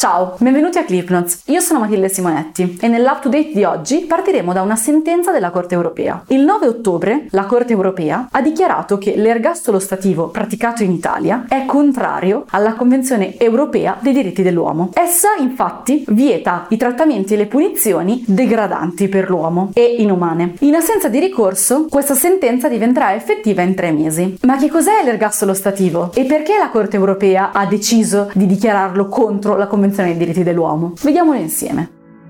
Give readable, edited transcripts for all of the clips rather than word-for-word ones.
Ciao, benvenuti a ClipNotes. Io sono Matilde Simonetti e nell'up-to-date di oggi partiremo da una sentenza della Corte Europea. Il 9 ottobre la Corte Europea ha dichiarato che l'ergastolo stativo praticato in Italia è contrario alla Convenzione Europea dei diritti dell'uomo. Essa, infatti, vieta i trattamenti e le punizioni degradanti per l'uomo e inumane. In assenza di ricorso, questa sentenza diventerà effettiva in 3 mesi. Ma che cos'è l'ergastolo stativo? E perché la Corte Europea ha deciso di dichiararlo contro la Convenzione dei diritti dell'uomo? Vediamolo insieme.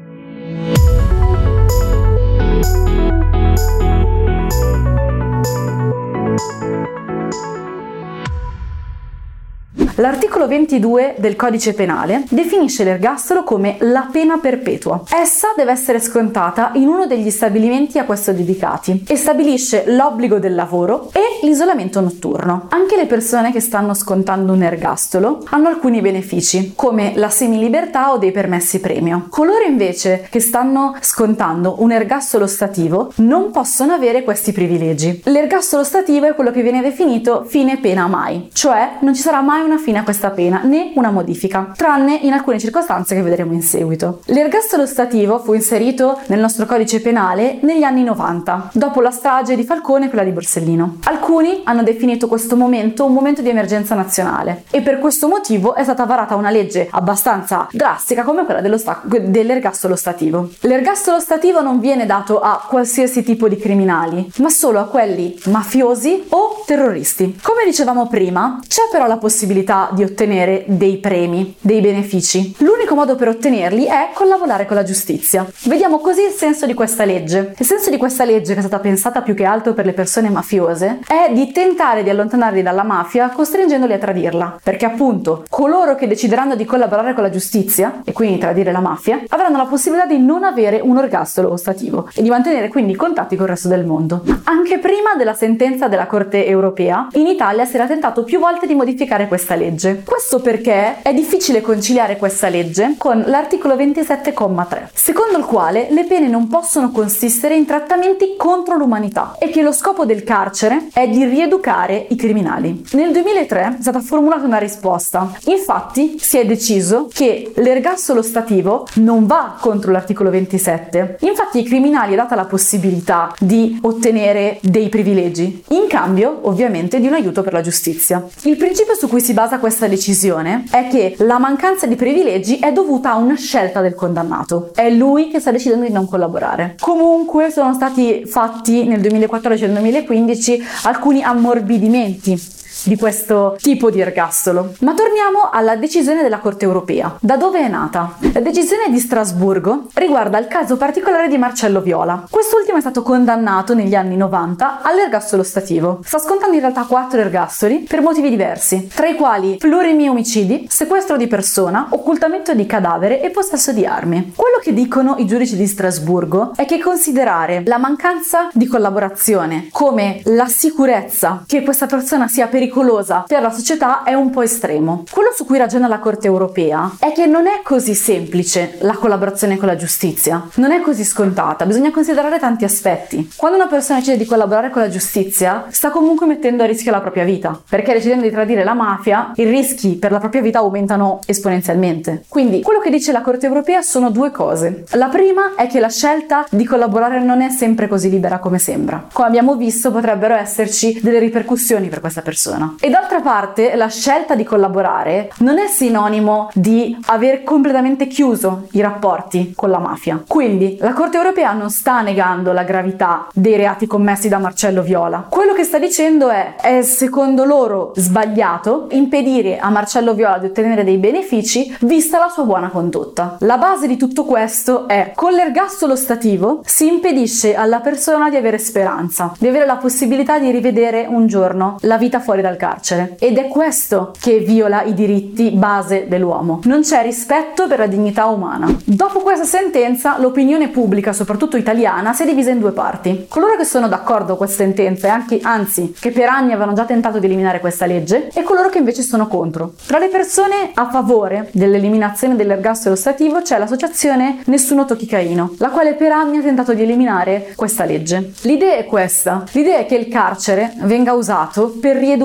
L'articolo 22 del Codice Penale definisce l'ergastolo come la pena perpetua. Essa deve essere scontata in uno degli stabilimenti a questo dedicati e stabilisce l'obbligo del lavoro e l'isolamento notturno. Anche le persone che stanno scontando un ergastolo hanno alcuni benefici, come la semilibertà o dei permessi premio. Coloro invece che stanno scontando un ergastolo stativo non possono avere questi privilegi. L'ergastolo stativo è quello che viene definito fine pena mai, cioè non ci sarà mai una fine a questa pena né una modifica, tranne in alcune circostanze che vedremo in seguito. L'ergastolo stativo fu inserito nel nostro codice penale negli anni 90, dopo la strage di Falcone e quella di Borsellino. Alcuni hanno definito questo momento un momento di emergenza nazionale e per questo motivo è stata varata una legge abbastanza drastica come quella dell'ergastolo stativo. L'ergastolo stativo non viene dato a qualsiasi tipo di criminali, ma solo a quelli mafiosi o terroristi. Come dicevamo prima, c'è però la possibilità di ottenere dei premi, dei benefici. L'unico modo per ottenerli è collaborare con la giustizia. Vediamo così il senso di questa legge. Il senso di questa legge, che è stata pensata più che altro per le persone mafiose, è di tentare di allontanarli dalla mafia costringendoli a tradirla, perché appunto coloro che decideranno di collaborare con la giustizia e quindi tradire la mafia avranno la possibilità di non avere un ergastolo ostativo e di mantenere quindi i contatti con il resto del mondo. Anche prima della sentenza della Corte Europea, in Italia si era tentato più volte di modificare questa legge. Questo perché è difficile conciliare questa legge con l'articolo 27,3, secondo il quale le pene non possono consistere in trattamenti contro l'umanità e che lo scopo del carcere è di rieducare i criminali. Nel 2003 è stata formulata una risposta. Infatti si è deciso che l'ergastolo stativo non va contro l'articolo 27. Infatti ai criminali è data la possibilità di ottenere dei privilegi, in cambio ovviamente di un aiuto per la giustizia. Il principio su cui si basa questa decisione è che la mancanza di privilegi è dovuta a una scelta del condannato. È lui che sta decidendo di non collaborare. Comunque sono stati fatti nel 2014 e nel 2015 alcuni ammorbidimenti di questo tipo di ergastolo. Ma torniamo alla decisione della Corte Europea. Da dove è nata? La decisione di Strasburgo riguarda il caso particolare di Marcello Viola. Quest'ultimo è stato condannato negli anni 90 all'ergastolo stativo. Sta scontando in realtà 4 ergastoli per motivi diversi, tra i quali plurimi omicidi, sequestro di persona, occultamento di cadavere e possesso di armi. Quello che dicono i giudici di Strasburgo è che considerare la mancanza di collaborazione come la sicurezza che questa persona sia pericolosa per la società è un po' estremo. Quello su cui ragiona la Corte Europea è che non è così semplice la collaborazione con la giustizia, non è così scontata, bisogna considerare tanti aspetti. Quando una persona decide di collaborare con la giustizia sta comunque mettendo a rischio la propria vita, perché decidendo di tradire la mafia i rischi per la propria vita aumentano esponenzialmente. Quindi quello che dice la Corte Europea sono 2 cose. La prima è che la scelta di collaborare non è sempre così libera come sembra. Come abbiamo visto potrebbero esserci delle ripercussioni per questa persona. E d'altra parte la scelta di collaborare non è sinonimo di aver completamente chiuso i rapporti con la mafia. Quindi la Corte Europea non sta negando la gravità dei reati commessi da Marcello Viola. Quello che sta dicendo è secondo loro sbagliato impedire a Marcello Viola di ottenere dei benefici vista la sua buona condotta. La base di tutto questo è: con l'ergastolo stativo si impedisce alla persona di avere speranza, di avere la possibilità di rivedere un giorno la vita fuori dal carcere, ed è questo che viola i diritti base dell'uomo. Non c'è rispetto per la dignità umana. Dopo questa sentenza l'opinione pubblica, soprattutto italiana, si è divisa in 2 parti. Coloro che sono d'accordo con questa sentenza e anzi che per anni avevano già tentato di eliminare questa legge, e coloro che invece sono contro. Tra le persone a favore dell'eliminazione dell'ergastolo stativo c'è l'associazione Nessuno Tocchi Caino, la quale per anni ha tentato di eliminare questa legge. L'idea è questa: l'idea è che il carcere venga usato per rieducare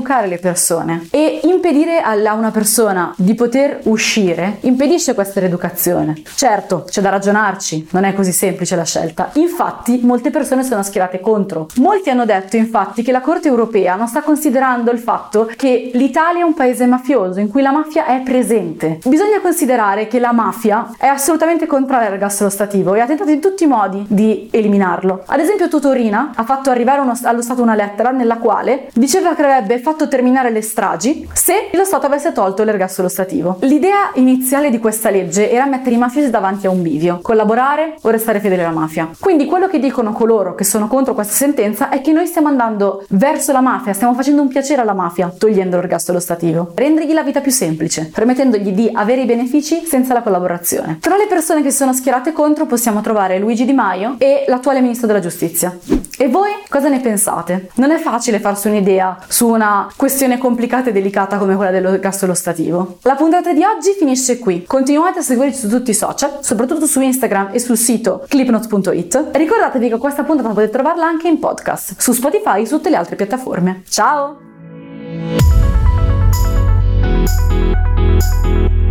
educare le persone, e impedire a una persona di poter uscire impedisce questa rieducazione. Certo, c'è da ragionarci, non è così semplice la scelta. Infatti molte persone sono schierate contro. Molti hanno detto infatti che la Corte europea non sta considerando il fatto che l'Italia è un paese mafioso in cui la mafia è presente. Bisogna considerare che la mafia è assolutamente contraria all'ergastolo ostativo e ha tentato in tutti i modi di eliminarlo. Ad esempio Totorina ha fatto arrivare allo Stato una lettera nella quale diceva che avrebbe fatto terminare le stragi se lo Stato avesse tolto l'ergastolo ostativo. L'idea iniziale di questa legge era mettere i mafiosi davanti a un bivio: collaborare o restare fedeli alla mafia. Quindi quello che dicono coloro che sono contro questa sentenza è che noi stiamo andando verso la mafia, stiamo facendo un piacere alla mafia togliendo l'ergastolo ostativo, rendergli la vita più semplice, permettendogli di avere i benefici senza la collaborazione. Tra le persone che si sono schierate contro possiamo trovare Luigi Di Maio e l'attuale ministro della giustizia. E voi cosa ne pensate? Non è facile farsi un'idea su una questione complicata e delicata come quella dell'ergastolo ostativo. La puntata di oggi finisce qui. Continuate a seguirci su tutti i social, soprattutto su Instagram e sul sito clipnotes.it. Ricordatevi che questa puntata potete trovarla anche in podcast su Spotify e su tutte le altre piattaforme. Ciao!